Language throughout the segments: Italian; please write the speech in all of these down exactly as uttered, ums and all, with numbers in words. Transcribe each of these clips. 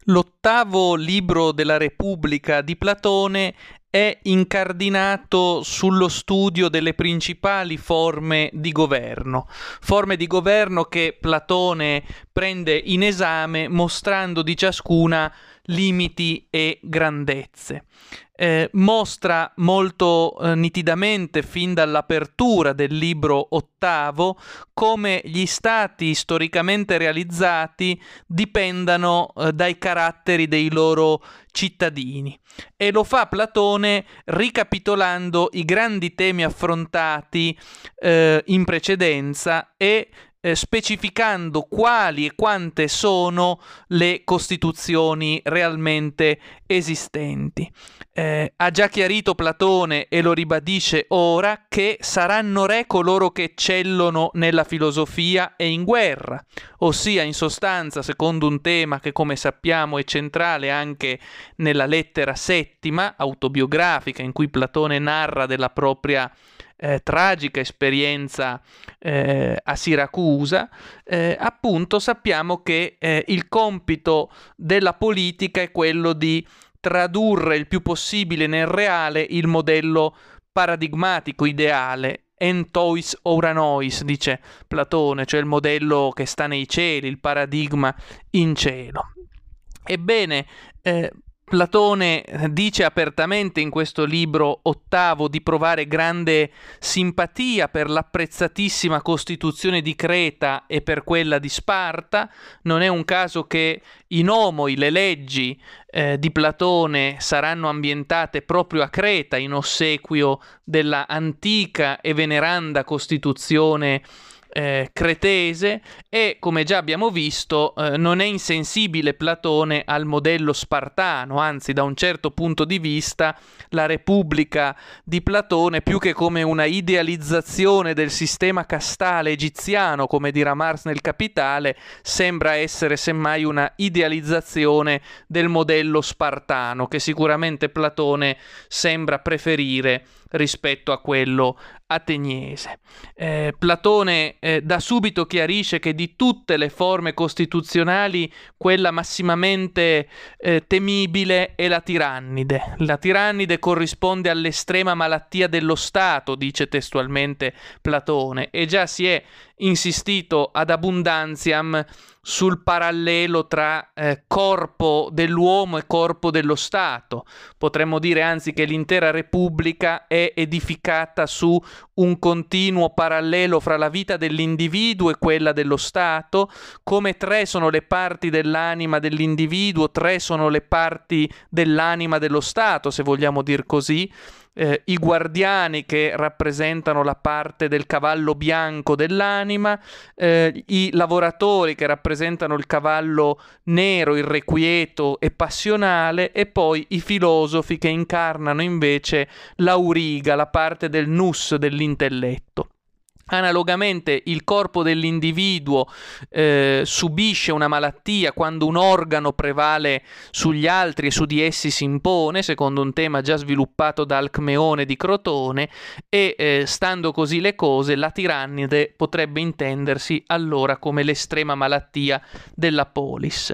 L'ottavo libro della Repubblica di Platone è incardinato sullo studio delle principali forme di governo, forme di governo che Platone prende in esame mostrando di ciascuna limiti e grandezze. Eh, mostra molto eh, nitidamente fin dall'apertura del libro ottavo come gli stati storicamente realizzati dipendano eh, dai caratteri dei loro cittadini, e lo fa Platone ricapitolando i grandi temi affrontati eh, in precedenza e eh, specificando quali e quante sono le costituzioni realmente esistenti. Eh, ha già chiarito Platone, e lo ribadisce ora, che saranno re coloro che eccellono nella filosofia e in guerra, ossia in sostanza, secondo un tema che come sappiamo è centrale anche nella lettera settima, autobiografica, in cui Platone narra della propria Eh, tragica esperienza eh, a Siracusa, eh, appunto sappiamo che eh, il compito della politica è quello di tradurre il più possibile nel reale il modello paradigmatico ideale, entois oranois, dice Platone, cioè il modello che sta nei cieli, il paradigma in cielo. Ebbene, eh, Platone dice apertamente in questo libro ottavo di provare grande simpatia per l'apprezzatissima Costituzione di Creta e per quella di Sparta. Non è un caso che i nomoi, le leggi eh, di Platone, saranno ambientate proprio a Creta in ossequio della antica e veneranda Costituzione Eh, cretese, e come già abbiamo visto eh, non è insensibile Platone al modello spartano, anzi da un certo punto di vista la Repubblica di Platone, più che come una idealizzazione del sistema castale egiziano, come dirà Marx nel Capitale, sembra essere semmai una idealizzazione del modello spartano, che sicuramente Platone sembra preferire rispetto a quello ateniese. Eh, Platone eh, da subito chiarisce che di tutte le forme costituzionali quella massimamente eh, temibile è la tirannide. La tirannide corrisponde all'estrema malattia dello Stato, dice testualmente Platone, e già si è insistito ad abundantiam sul parallelo tra eh, corpo dell'uomo e corpo dello Stato. Potremmo dire anzi che l'intera Repubblica è edificata su un continuo parallelo fra la vita dell'individuo e quella dello Stato, come tre sono le parti dell'anima dell'individuo, tre sono le parti dell'anima dello Stato, se vogliamo dir così. Eh, i guardiani che rappresentano la parte del cavallo bianco dell'anima, eh, i lavoratori che rappresentano il cavallo nero, irrequieto e passionale, e poi i filosofi che incarnano invece l'auriga, la parte del nous dell'intelletto. Analogamente il corpo dell'individuo eh, subisce una malattia quando un organo prevale sugli altri e su di essi si impone, secondo un tema già sviluppato da Alcmeone di Crotone, e eh, stando così le cose, la tirannide potrebbe intendersi allora come l'estrema malattia della polis.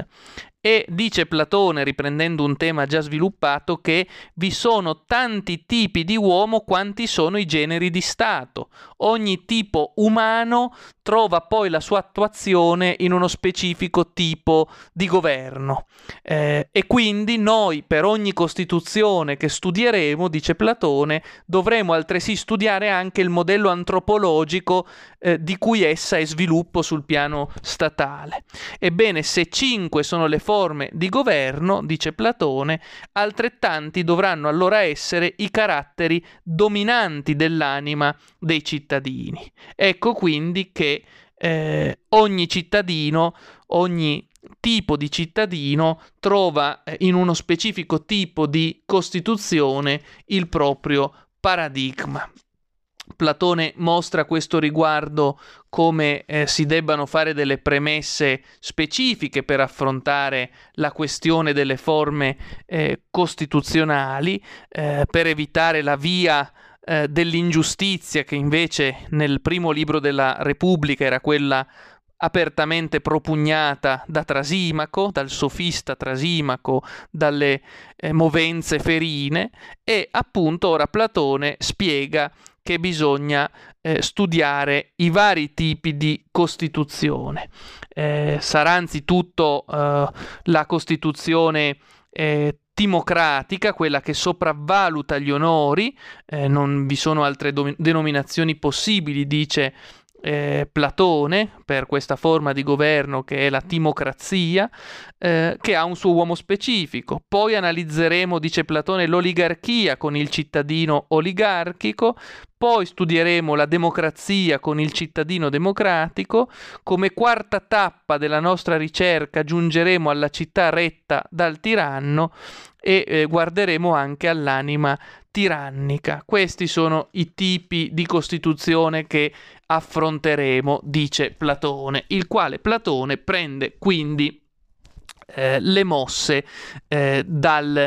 E dice Platone, riprendendo un tema già sviluppato, che vi sono tanti tipi di uomo quanti sono i generi di Stato. Ogni tipo umano trova poi la sua attuazione in uno specifico tipo di governo. Eh, e quindi noi, per ogni Costituzione che studieremo, dice Platone, dovremo altresì studiare anche il modello antropologico eh, di cui essa è sviluppo sul piano statale. Ebbene, se cinque sono le forme di governo, dice Platone, altrettanti dovranno allora essere i caratteri dominanti dell'anima dei cittadini. Ecco quindi che eh, ogni cittadino, ogni tipo di cittadino trova eh, in uno specifico tipo di costituzione il proprio paradigma. Platone mostra a questo riguardo come eh, si debbano fare delle premesse specifiche per affrontare la questione delle forme eh, costituzionali, eh, per evitare la via eh, dell'ingiustizia, che invece nel primo libro della Repubblica era quella apertamente propugnata da Trasimaco, dal sofista Trasimaco, dalle eh, movenze ferine, e appunto ora Platone spiega che bisogna eh, studiare i vari tipi di Costituzione. Eh, sarà anzitutto eh, la Costituzione eh, timocratica, quella che sopravvaluta gli onori, eh, non vi sono altre do- denominazioni possibili, dice Eh, Platone, per questa forma di governo che è la timocrazia, eh, che ha un suo uomo specifico. Poi analizzeremo, dice Platone, l'oligarchia con il cittadino oligarchico, poi studieremo la democrazia con il cittadino democratico, come quarta tappa della nostra ricerca giungeremo alla città retta dal tiranno e eh, guarderemo anche all'anima tirannica. Questi sono i tipi di Costituzione che affronteremo, dice Platone, il quale Platone prende quindi eh, le mosse eh, dal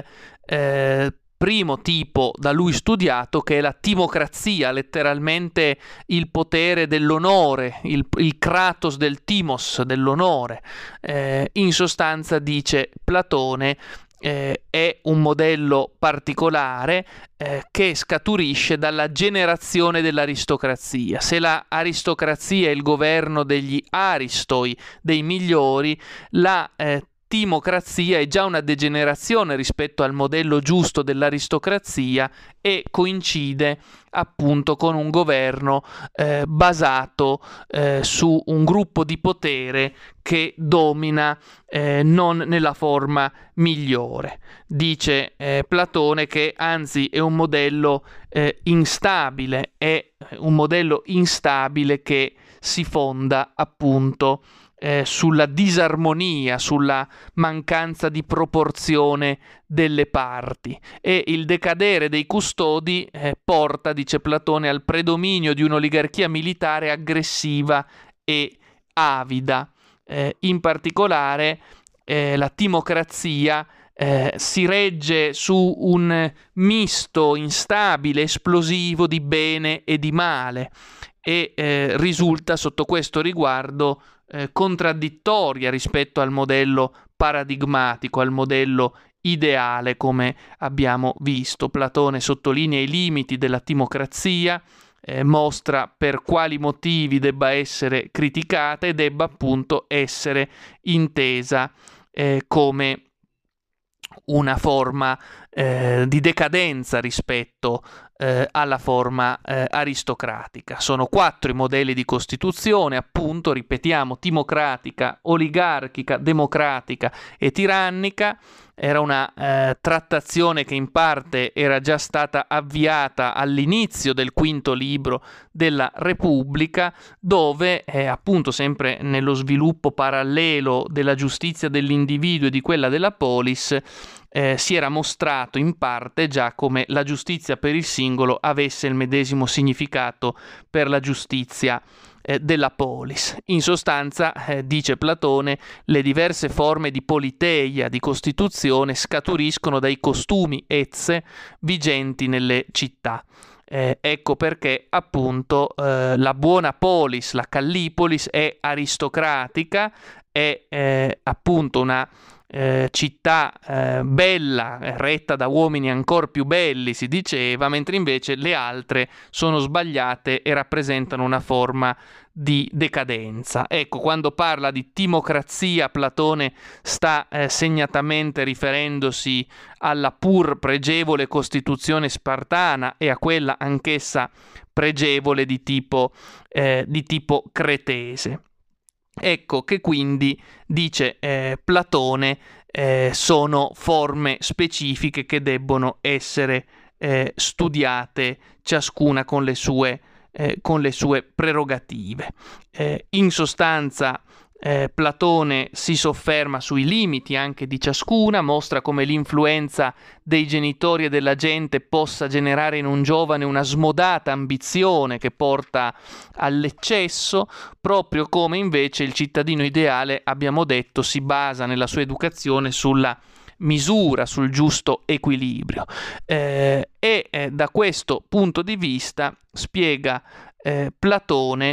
eh, primo tipo da lui studiato, che è la timocrazia, letteralmente il potere dell'onore, il, il kratos del timos, dell'onore. Eh, in sostanza, dice Platone, Eh, è un modello particolare eh, che scaturisce dalla generazione dell'aristocrazia. Se l'aristocrazia è il governo degli aristoi, dei migliori, la eh, timocrazia è già una degenerazione rispetto al modello giusto dell'aristocrazia e coincide appunto con un governo eh, basato eh, su un gruppo di potere che domina eh, non nella forma migliore. Dice eh, Platone che anzi è un modello eh, instabile, è un modello instabile che si fonda appunto Eh, sulla disarmonia, sulla mancanza di proporzione delle parti, e il decadere dei custodi eh, porta, dice Platone, al predominio di un'oligarchia militare aggressiva e avida. Eh, in particolare eh, la timocrazia eh, si regge su un misto instabile, esplosivo di bene e di male, e eh, risulta sotto questo riguardo Eh, contraddittoria rispetto al modello paradigmatico, al modello ideale, come abbiamo visto. Platone sottolinea i limiti della timocrazia, eh, mostra per quali motivi debba essere criticata e debba appunto essere intesa eh, come una forma eh, di decadenza rispetto eh, alla forma eh, aristocratica. Sono quattro i modelli di Costituzione, appunto, ripetiamo, timocratica, oligarchica, democratica e tirannica. Era una eh, trattazione che in parte era già stata avviata all'inizio del quinto libro della Repubblica, dove eh, appunto sempre nello sviluppo parallelo della giustizia dell'individuo e di quella della polis eh, si era mostrato in parte già come la giustizia per il singolo avesse il medesimo significato per la giustizia eh, della polis. In sostanza, eh, dice Platone, le diverse forme di politeia, di costituzione, scaturiscono dai costumi ezze vigenti nelle città. Eh, ecco perché appunto eh, la buona polis, la Callipolis, è aristocratica, è eh, appunto una eh, città eh, bella, retta da uomini ancor più belli, si diceva, mentre invece le altre sono sbagliate e rappresentano una forma di decadenza. Ecco, quando parla di timocrazia, Platone sta eh, segnatamente riferendosi alla pur pregevole Costituzione spartana e a quella anch'essa pregevole di tipo, eh, di tipo cretese. Ecco che quindi, dice eh, Platone, eh, sono forme specifiche che debbono essere eh, studiate ciascuna con le sue Eh, con le sue prerogative. Eh, in sostanza eh, Platone si sofferma sui limiti anche di ciascuna, mostra come l'influenza dei genitori e della gente possa generare in un giovane una smodata ambizione che porta all'eccesso, proprio come invece il cittadino ideale, abbiamo detto, si basa nella sua educazione sulla misura, sul giusto equilibrio. Eh, e eh, da questo punto di vista spiega eh, Platone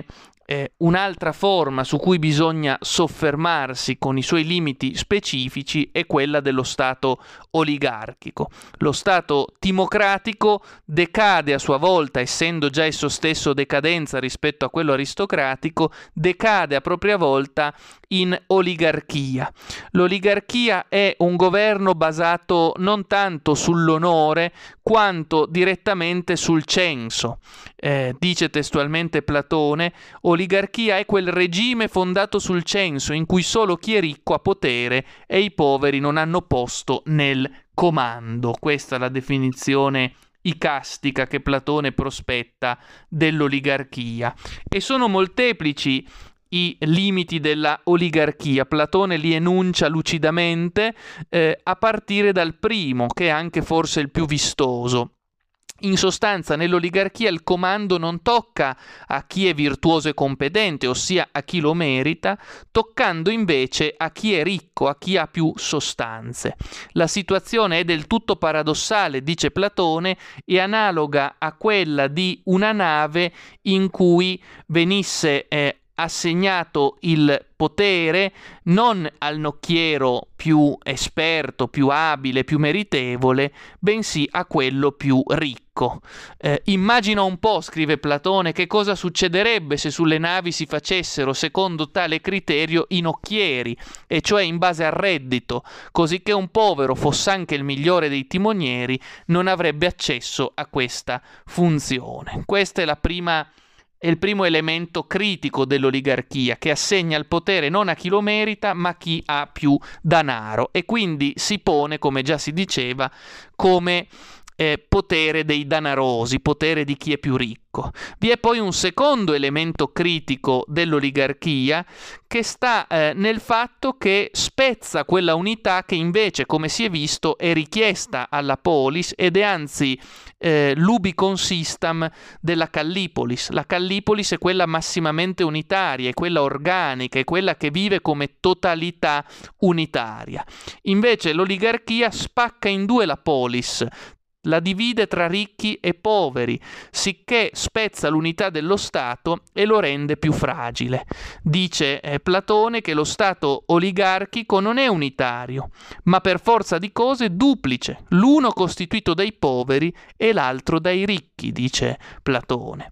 Eh, un'altra forma su cui bisogna soffermarsi con i suoi limiti specifici è quella dello Stato oligarchico. Lo Stato timocratico decade a sua volta, essendo già esso stesso decadenza rispetto a quello aristocratico, decade a propria volta in oligarchia. L'oligarchia è un governo basato non tanto sull'onore quanto direttamente sul censo. Eh, dice testualmente Platone: oligarchia è quel regime fondato sul censo in cui solo chi è ricco ha potere e i poveri non hanno posto nel comando. Questa è la definizione icastica che Platone prospetta dell'oligarchia. E sono molteplici i limiti della oligarchia. Platone li enuncia lucidamente, eh, a partire dal primo, che è anche forse il più vistoso. In sostanza, nell'oligarchia il comando non tocca a chi è virtuoso e competente, ossia a chi lo merita, toccando invece a chi è ricco, a chi ha più sostanze. La situazione è del tutto paradossale, dice Platone, e analoga a quella di una nave in cui venisse eh, assegnato il potere non al nocchiero più esperto, più abile, più meritevole, bensì a quello più ricco. Eh, immagina un po', scrive Platone, che cosa succederebbe se sulle navi si facessero secondo tale criterio i nocchieri, e cioè in base al reddito, così che un povero, fosse anche il migliore dei timonieri, non avrebbe accesso a questa funzione. Questa è la prima È il primo elemento critico dell'oligarchia, che assegna il potere non a chi lo merita, ma a chi ha più danaro, e quindi si pone, come già si diceva, come eh, potere dei danarosi, potere di chi è più ricco. Vi è poi un secondo elemento critico dell'oligarchia, che sta eh, nel fatto che spezza quella unità che invece, come si è visto, è richiesta alla polis ed è anzi eh, l'ubi consistam della Callipolis. La Callipolis è quella massimamente unitaria, è quella organica, è quella che vive come totalità unitaria. Invece l'oligarchia spacca in due la polis, la divide tra ricchi e poveri, sicché spezza l'unità dello Stato e lo rende più fragile. Dice eh, Platone che lo Stato oligarchico non è unitario, ma per forza di cose duplice, l'uno costituito dai poveri e l'altro dai ricchi, dice Platone.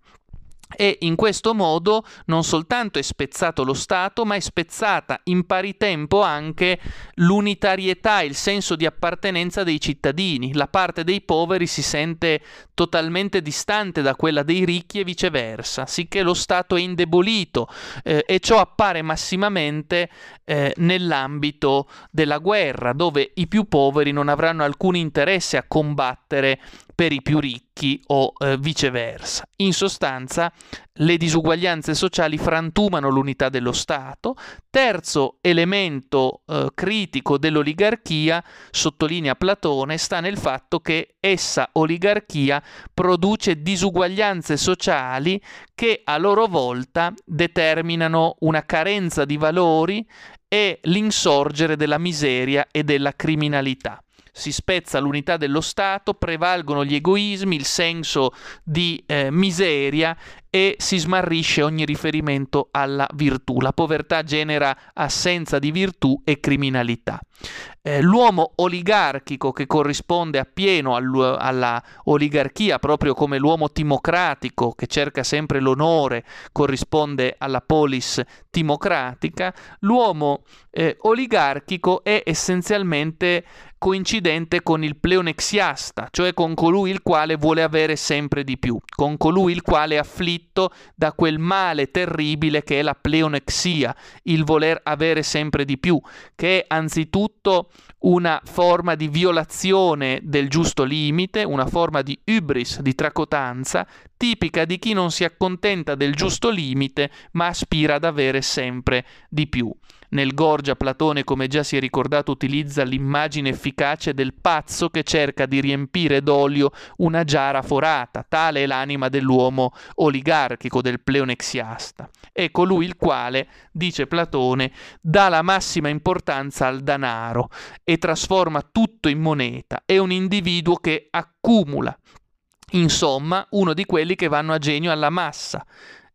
E in questo modo non soltanto è spezzato lo Stato, ma è spezzata in pari tempo anche l'unitarietà, il senso di appartenenza dei cittadini. La parte dei poveri si sente totalmente distante da quella dei ricchi e viceversa, sicché lo Stato è indebolito, eh, e ciò appare massimamente eh, nell'ambito della guerra, dove i più poveri non avranno alcun interesse a combattere per i più ricchi o eh, viceversa. In sostanza, le disuguaglianze sociali frantumano l'unità dello Stato. Terzo elemento eh, critico dell'oligarchia, sottolinea Platone, sta nel fatto che essa, oligarchia, produce disuguaglianze sociali che a loro volta determinano una carenza di valori e l'insorgere della miseria e della criminalità. Si spezza l'unità dello Stato, prevalgono gli egoismi, il senso di eh, miseria e si smarrisce ogni riferimento alla virtù. La povertà genera assenza di virtù e criminalità. Eh, l'uomo oligarchico, che corrisponde appieno alla oligarchia, proprio come l'uomo timocratico che cerca sempre l'onore corrisponde alla polis timocratica, l'uomo eh, oligarchico è essenzialmente coincidente con il pleonexiasta, cioè con colui il quale vuole avere sempre di più, con colui il quale è afflitto da quel male terribile che è la pleonexia, il voler avere sempre di più, che è anzitutto una forma di violazione del giusto limite, una forma di hybris, di tracotanza, tipica di chi non si accontenta del giusto limite, ma aspira ad avere sempre di più. Nel Gorgia Platone, come già si è ricordato, utilizza l'immagine efficace del pazzo che cerca di riempire d'olio una giara forata. Tale è l'anima dell'uomo oligarchico, del pleonexiasta. È colui il quale, dice Platone, dà la massima importanza al danaro e trasforma tutto in moneta. È un individuo che accumula. Insomma, uno di quelli che vanno a genio alla massa.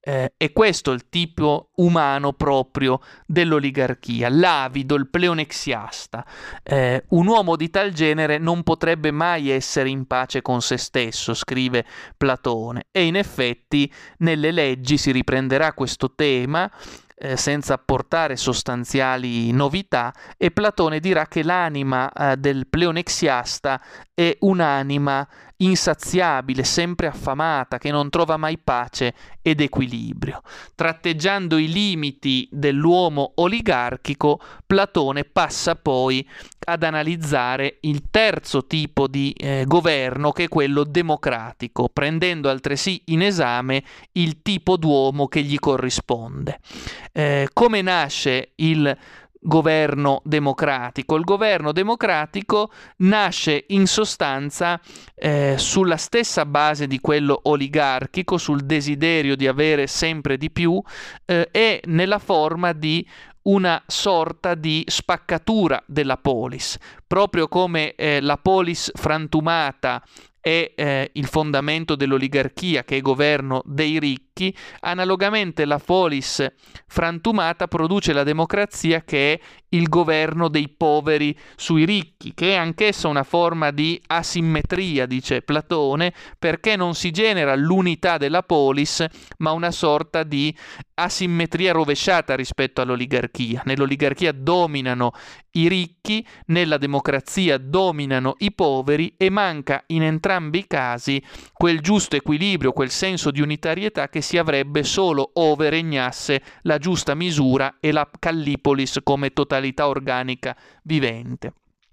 Eh, è questo il tipo umano proprio dell'oligarchia, l'avido, il pleonexiasta. Eh, un uomo di tal genere non potrebbe mai essere in pace con se stesso, scrive Platone, e in effetti nelle leggi si riprenderà questo tema eh, senza apportare sostanziali novità, e Platone dirà che l'anima eh, del pleonexiasta è un'anima insaziabile, sempre affamata, che non trova mai pace ed equilibrio. Tratteggiando i limiti dell'uomo oligarchico, Platone passa poi ad analizzare il terzo tipo di eh, governo, che è quello democratico, prendendo altresì in esame il tipo d'uomo che gli corrisponde. Eh, come nasce il governo democratico? Il governo democratico nasce in sostanza eh, sulla stessa base di quello oligarchico, sul desiderio di avere sempre di più, eh, e nella forma di una sorta di spaccatura della polis, proprio come eh, la polis frantumata è eh, il fondamento dell'oligarchia, che è governo dei ricchi. Analogamente la polis frantumata produce la democrazia, che è il governo dei poveri sui ricchi, che è anch'essa una forma di asimmetria, dice Platone, perché non si genera l'unità della polis, ma una sorta di asimmetria rovesciata rispetto all'oligarchia. Nell'oligarchia dominano i ricchi, nella democrazia dominano i poveri, e manca in entrambi i casi quel giusto equilibrio, quel senso di unitarietà che si avrebbe solo ove regnasse la giusta misura e la Callipolis come totalità organica vivente.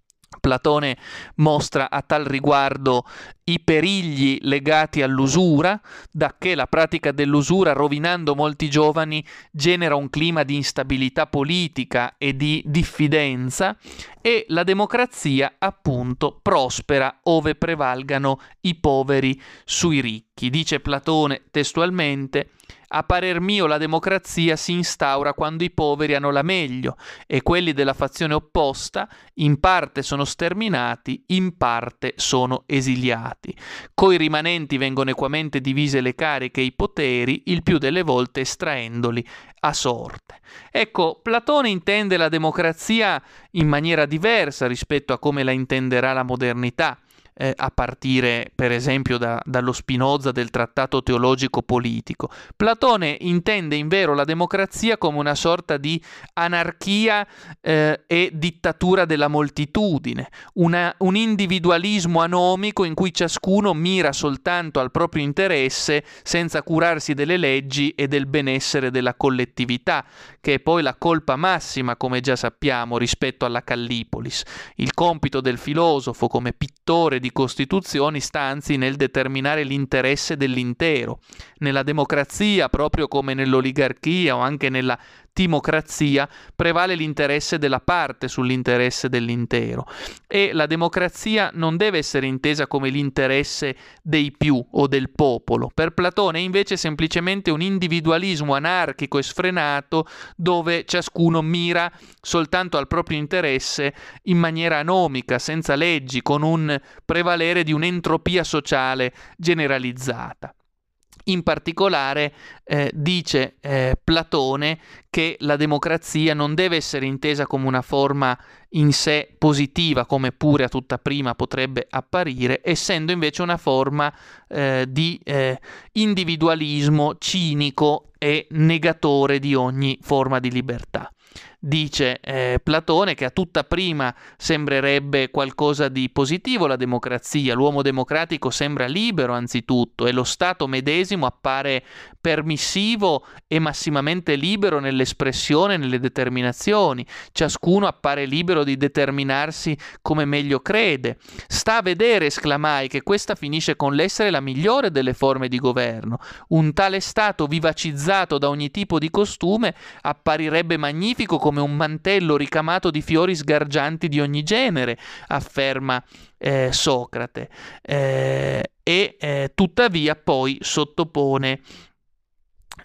Platone mostra a tal riguardo i perigli legati all'usura, dacché la pratica dell'usura, rovinando molti giovani, genera un clima di instabilità politica e di diffidenza, e la democrazia appunto prospera ove prevalgano i poveri sui ricchi. Dice Platone testualmente: a parer mio la democrazia si instaura quando i poveri hanno la meglio e quelli della fazione opposta in parte sono sterminati, in parte sono esiliati. Coi rimanenti vengono equamente divise le cariche e i poteri, il più delle volte estraendoli a sorte. Ecco, Platone intende la democrazia in maniera diversa rispetto a come la intenderà la modernità. Eh, a partire per esempio da, dallo Spinoza del trattato teologico politico. Platone intende invero la democrazia come una sorta di anarchia eh, e dittatura della moltitudine, una, un individualismo anomico in cui ciascuno mira soltanto al proprio interesse senza curarsi delle leggi e del benessere della collettività, che è poi la colpa massima, come già sappiamo, rispetto alla Callipolis. Il compito del filosofo come pittore di costituzioni sta anzi nel determinare l'interesse dell'intero. Nella democrazia, proprio come nell'oligarchia o anche nella timocrazia, prevale l'interesse della parte sull'interesse dell'intero, e la democrazia non deve essere intesa come l'interesse dei più o del popolo. Per Platone è invece semplicemente un individualismo anarchico e sfrenato, dove ciascuno mira soltanto al proprio interesse in maniera anomica, senza leggi, con un prevalere di un'entropia sociale generalizzata. In particolare eh, dice eh, Platone che la democrazia non deve essere intesa come una forma in sé positiva, come pure a tutta prima potrebbe apparire, essendo invece una forma eh, di eh, individualismo cinico e negatore di ogni forma di libertà. Dice eh, Platone che a tutta prima sembrerebbe qualcosa di positivo la democrazia, l'uomo democratico sembra libero anzitutto, e lo Stato medesimo appare permissivo e massimamente libero nell'espressione e nelle determinazioni, ciascuno appare libero di determinarsi come meglio crede. Sta a vedere, esclamai, che questa finisce con l'essere la migliore delle forme di governo. Un tale Stato vivacizzato da ogni tipo di costume apparirebbe magnifico come un mantello ricamato di fiori sgargianti di ogni genere, afferma eh, Socrate, eh, e eh, tuttavia poi sottopone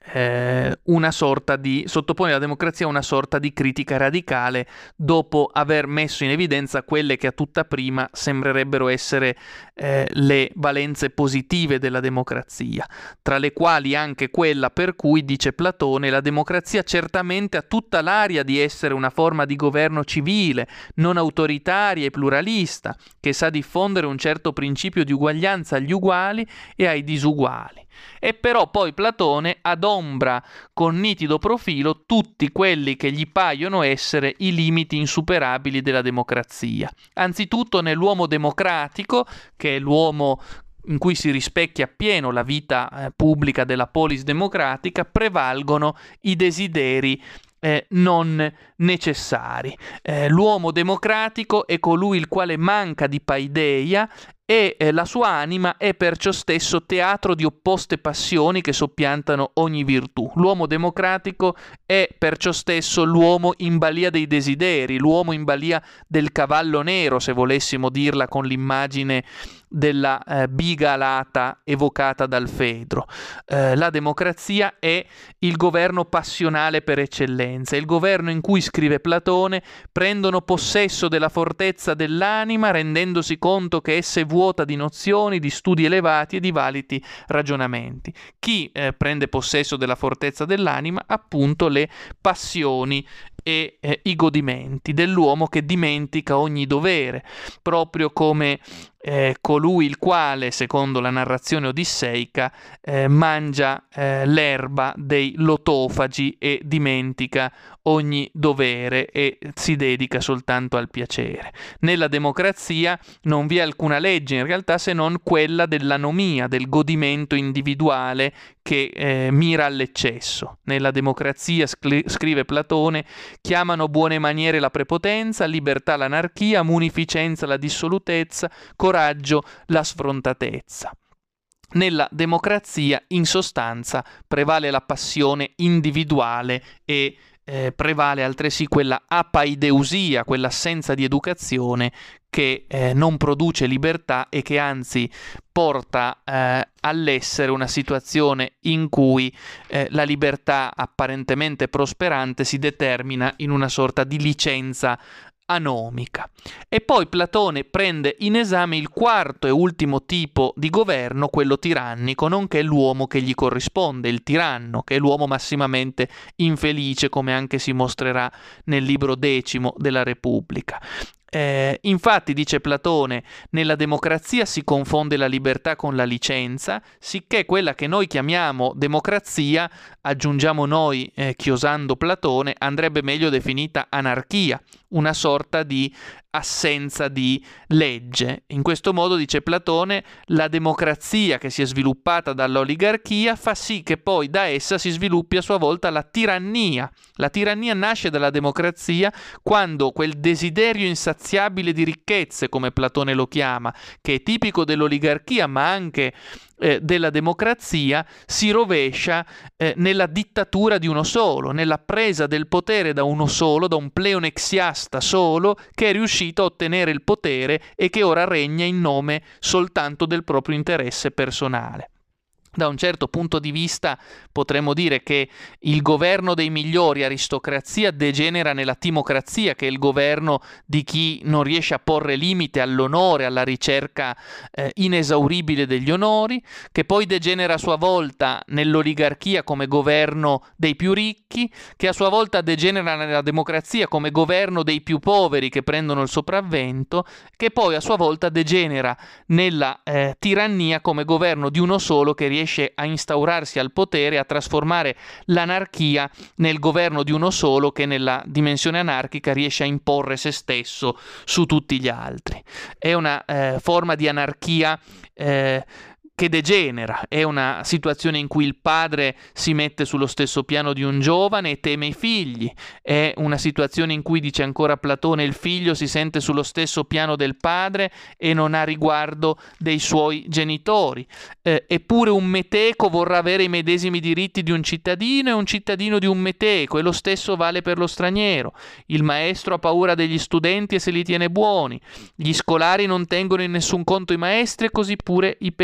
eh, una sorta di sottopone la democrazia a una sorta di critica radicale dopo aver messo in evidenza quelle che a tutta prima sembrerebbero essere eh, le valenze positive della democrazia, tra le quali anche quella per cui, dice Platone, la democrazia certamente ha tutta l'aria di essere una forma di governo civile, non autoritaria e pluralista, che sa diffondere un certo principio di uguaglianza agli uguali e ai disuguali. E però poi Platone adombra con nitido profilo tutti quelli che gli paiono essere i limiti insuperabili della democrazia. Anzitutto nell'uomo democratico, che è l'uomo in cui si rispecchia appieno la vita eh, pubblica della polis democratica, prevalgono i desideri Eh, non necessari. Eh, l'uomo democratico è colui il quale manca di paideia e eh, la sua anima è perciò stesso teatro di opposte passioni che soppiantano ogni virtù. L'uomo democratico è perciò stesso l'uomo in balia dei desideri, l'uomo in balia del cavallo nero, se volessimo dirla con l'immagine della eh, biga alata evocata dal Fedro. Eh, la democrazia è il governo passionale per eccellenza, il governo in cui, scrive Platone, prendono possesso della fortezza dell'anima rendendosi conto che essa è vuota di nozioni, di studi elevati e di validi ragionamenti. Chi eh, prende possesso della fortezza dell'anima? Appunto le passioni e eh, i godimenti dell'uomo che dimentica ogni dovere, proprio come eh, colui il quale, secondo la narrazione odisseica, eh, mangia eh, l'erba dei lotofagi e dimentica ogni dovere e si dedica soltanto al piacere. Nella democrazia non vi è alcuna legge in realtà se non quella dell'anomia, del godimento individuale che eh, mira all'eccesso. Nella democrazia, scri- scrive Platone, chiamano buone maniere la prepotenza, libertà l'anarchia, munificenza la dissolutezza, coraggio la sfrontatezza. Nella democrazia, in sostanza, prevale la passione individuale e eh, prevale altresì quella apaideusia, quell'assenza di educazione che eh, non produce libertà e che anzi porta eh, all'essere una situazione in cui eh, la libertà apparentemente prosperante si determina in una sorta di licenza anomica. E poi Platone prende in esame il quarto e ultimo tipo di governo, quello tirannico, nonché l'uomo che gli corrisponde, il tiranno, che è l'uomo massimamente infelice, come anche si mostrerà nel libro decimo della Repubblica. Eh, infatti, dice Platone, nella democrazia si confonde la libertà con la licenza, sicché quella che noi chiamiamo democrazia, aggiungiamo noi, eh, chiosando Platone, andrebbe meglio definita anarchia, una sorta di assenza di legge. In questo modo, dice Platone, la democrazia che si è sviluppata dall'oligarchia fa sì che poi da essa si sviluppi a sua volta la tirannia. La tirannia nasce dalla democrazia quando quel desiderio insaziabile di ricchezze, come Platone lo chiama, che è tipico dell'oligarchia ma anche eh, della democrazia, si rovescia eh, nella dittatura di uno solo, nella presa del potere da uno solo, da un pleonexiasta solo che è riuscito a ottenere il potere e che ora regna in nome soltanto del proprio interesse personale. Da un certo punto di vista potremmo dire che il governo dei migliori, aristocrazia, degenera nella timocrazia, che è il governo di chi non riesce a porre limite all'onore, alla ricerca eh, inesauribile degli onori, che poi degenera a sua volta nell'oligarchia come governo dei più ricchi, che a sua volta degenera nella democrazia come governo dei più poveri che prendono il sopravvento, che poi a sua volta degenera nella eh, tirannia come governo di uno solo che riesce a instaurarsi al potere, a trasformare l'anarchia nel governo di uno solo che nella dimensione anarchica riesce a imporre se stesso su tutti gli altri. È una eh, forma di anarchia eh, che degenera, è una situazione in cui il padre si mette sullo stesso piano di un giovane e teme i figli, è una situazione in cui, dice ancora Platone, il figlio si sente sullo stesso piano del padre e non ha riguardo dei suoi genitori, eh, eppure un meteco vorrà avere i medesimi diritti di un cittadino e un cittadino di un meteco, e lo stesso vale per lo straniero. Il maestro ha paura degli studenti e se li tiene buoni, gli scolari non tengono in nessun conto i maestri e così pure i pedagogi.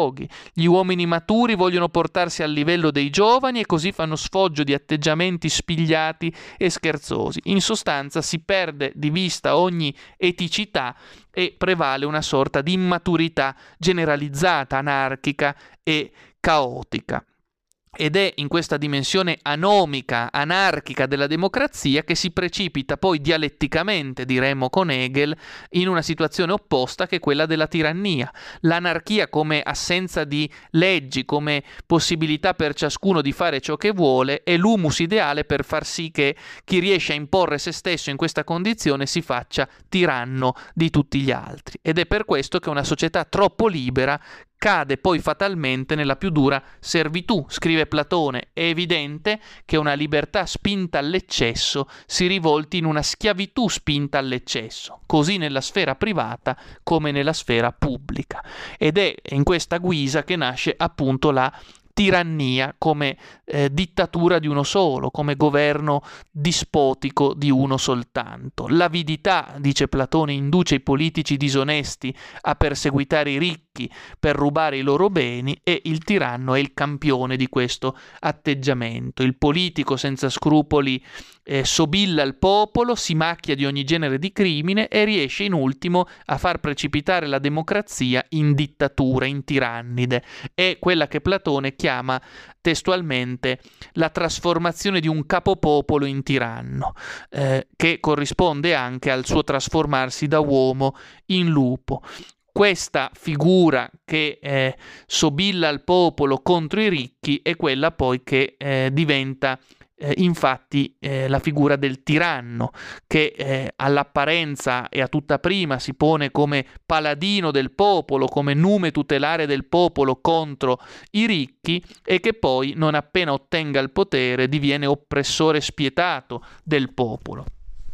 pochi. Gli uomini maturi vogliono portarsi al livello dei giovani e così fanno sfoggio di atteggiamenti spigliati e scherzosi. In sostanza si perde di vista ogni eticità e prevale una sorta di immaturità generalizzata, anarchica e caotica. Ed è in questa dimensione anomica, anarchica della democrazia che si precipita poi dialetticamente, diremmo con Hegel, in una situazione opposta che è quella della tirannia. L'anarchia come assenza di leggi, come possibilità per ciascuno di fare ciò che vuole, è l'humus ideale per far sì che chi riesce a imporre se stesso in questa condizione si faccia tiranno di tutti gli altri. Ed è per questo che una società troppo libera cade poi fatalmente nella più dura servitù. Scrive Platone: è evidente che una libertà spinta all'eccesso si rivolti in una schiavitù spinta all'eccesso, così nella sfera privata come nella sfera pubblica. Ed è in questa guisa che nasce appunto la tirannia come eh, dittatura di uno solo, come governo dispotico di uno soltanto. L'avidità, dice Platone, induce i politici disonesti a perseguitare i ricchi per rubare i loro beni e il tiranno è il campione di questo atteggiamento. Il politico senza scrupoli eh, sobilla il popolo, si macchia di ogni genere di crimine e riesce in ultimo a far precipitare la democrazia in dittatura, in tirannide. È quella che Platone chiama testualmente la trasformazione di un capopopolo in tiranno, eh, che corrisponde anche al suo trasformarsi da uomo in lupo. Questa figura che eh, sobilla il popolo contro i ricchi è quella poi che eh, diventa eh, infatti eh, la figura del tiranno, che eh, all'apparenza e a tutta prima si pone come paladino del popolo, come nume tutelare del popolo contro i ricchi, e che poi, non appena ottenga il potere, diviene oppressore spietato del popolo.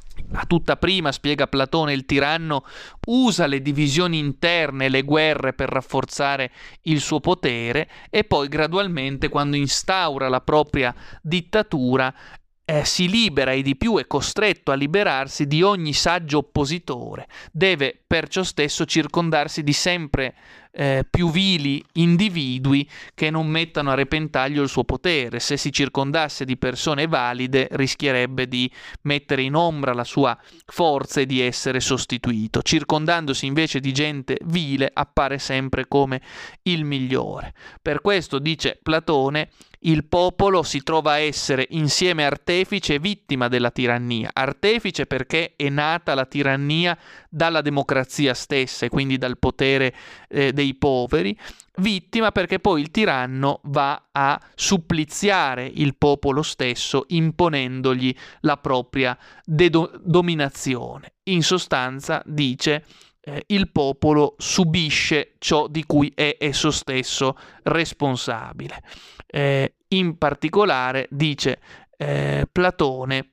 A tutta prima, spiega Platone, il tiranno usa le divisioni interne e le guerre per rafforzare il suo potere e poi gradualmente, quando instaura la propria dittatura, eh, si libera e di più è costretto a liberarsi di ogni saggio oppositore. Deve perciò stesso circondarsi di sempre eh, più vili individui che non mettano a repentaglio il suo potere. Se si circondasse di persone valide rischierebbe di mettere in ombra la sua forza e di essere sostituito. Circondandosi invece di gente vile appare sempre come il migliore. Per questo, dice Platone, il popolo si trova a essere insieme artefice e vittima della tirannia. Artefice perché è nata la tirannia dalla democrazia stessa e quindi dal potere eh, dei poveri. Vittima perché poi il tiranno va a suppliziare il popolo stesso imponendogli la propria dedo- dominazione. In sostanza, dice, eh, il popolo subisce ciò di cui è esso stesso responsabile. Eh, in particolare, dice eh, Platone,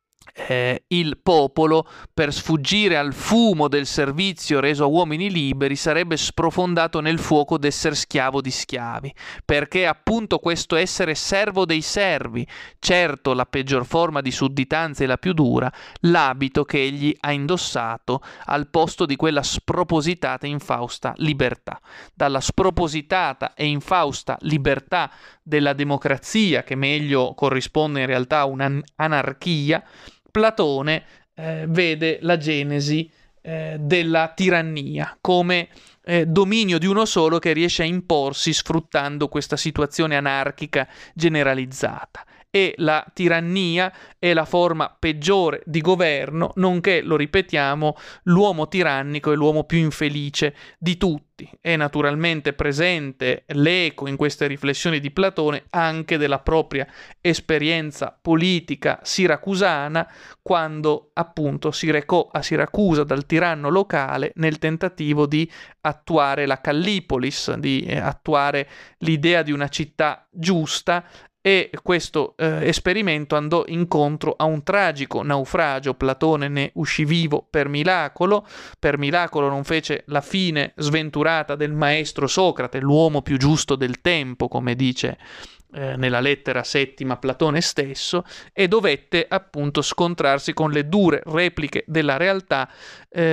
Eh, il popolo, per sfuggire al fumo del servizio reso a uomini liberi, sarebbe sprofondato nel fuoco d'esser schiavo di schiavi, perché appunto questo essere servo dei servi, certo la peggior forma di sudditanza e la più dura, l'abito che egli ha indossato al posto di quella spropositata e infausta libertà. Dalla spropositata e infausta libertà della democrazia, che meglio corrisponde in realtà a un'anarchia, Platone eh, vede la genesi eh, della tirannia come eh, dominio di uno solo che riesce a imporsi sfruttando questa situazione anarchica generalizzata. E la tirannia è la forma peggiore di governo, nonché, lo ripetiamo, l'uomo tirannico è l'uomo più infelice di tutti. È naturalmente presente l'eco in queste riflessioni di Platone anche della propria esperienza politica siracusana, quando appunto si recò a Siracusa dal tiranno locale nel tentativo di attuare la Callipolis, di eh, attuare l'idea di una città giusta. E questo eh, esperimento andò incontro a un tragico naufragio. Platone ne uscì vivo per miracolo, per miracolo non fece la fine sventurata del maestro Socrate, l'uomo più giusto del tempo, come dice eh, nella lettera settima Platone stesso, e dovette appunto scontrarsi con le dure repliche della realtà, eh,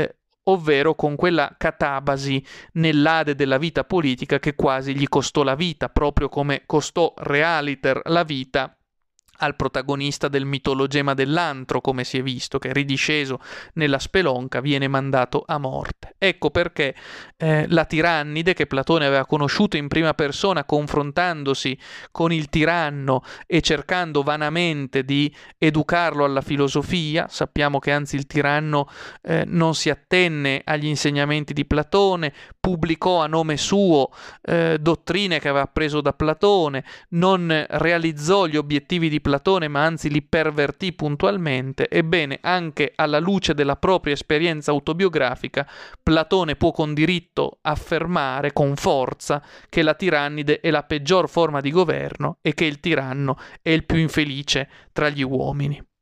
ovvero con quella catabasi nell'ade della vita politica che quasi gli costò la vita, proprio come costò realiter la vita al protagonista del mitologema dell'antro, come si è visto, che ridisceso nella spelonca viene mandato a morte. Ecco perché eh, la tirannide, che Platone aveva conosciuto in prima persona confrontandosi con il tiranno e cercando vanamente di educarlo alla filosofia, sappiamo che anzi il tiranno eh, non si attenne agli insegnamenti di Platone, pubblicò a nome suo eh, dottrine che aveva preso da Platone, non realizzò gli obiettivi di Platone, ma anzi li pervertì puntualmente. Ebbene, anche alla luce della propria esperienza autobiografica, Platone può con diritto affermare con forza che la tirannide è la peggior forma di governo e che il tiranno è il più infelice tra gli uomini.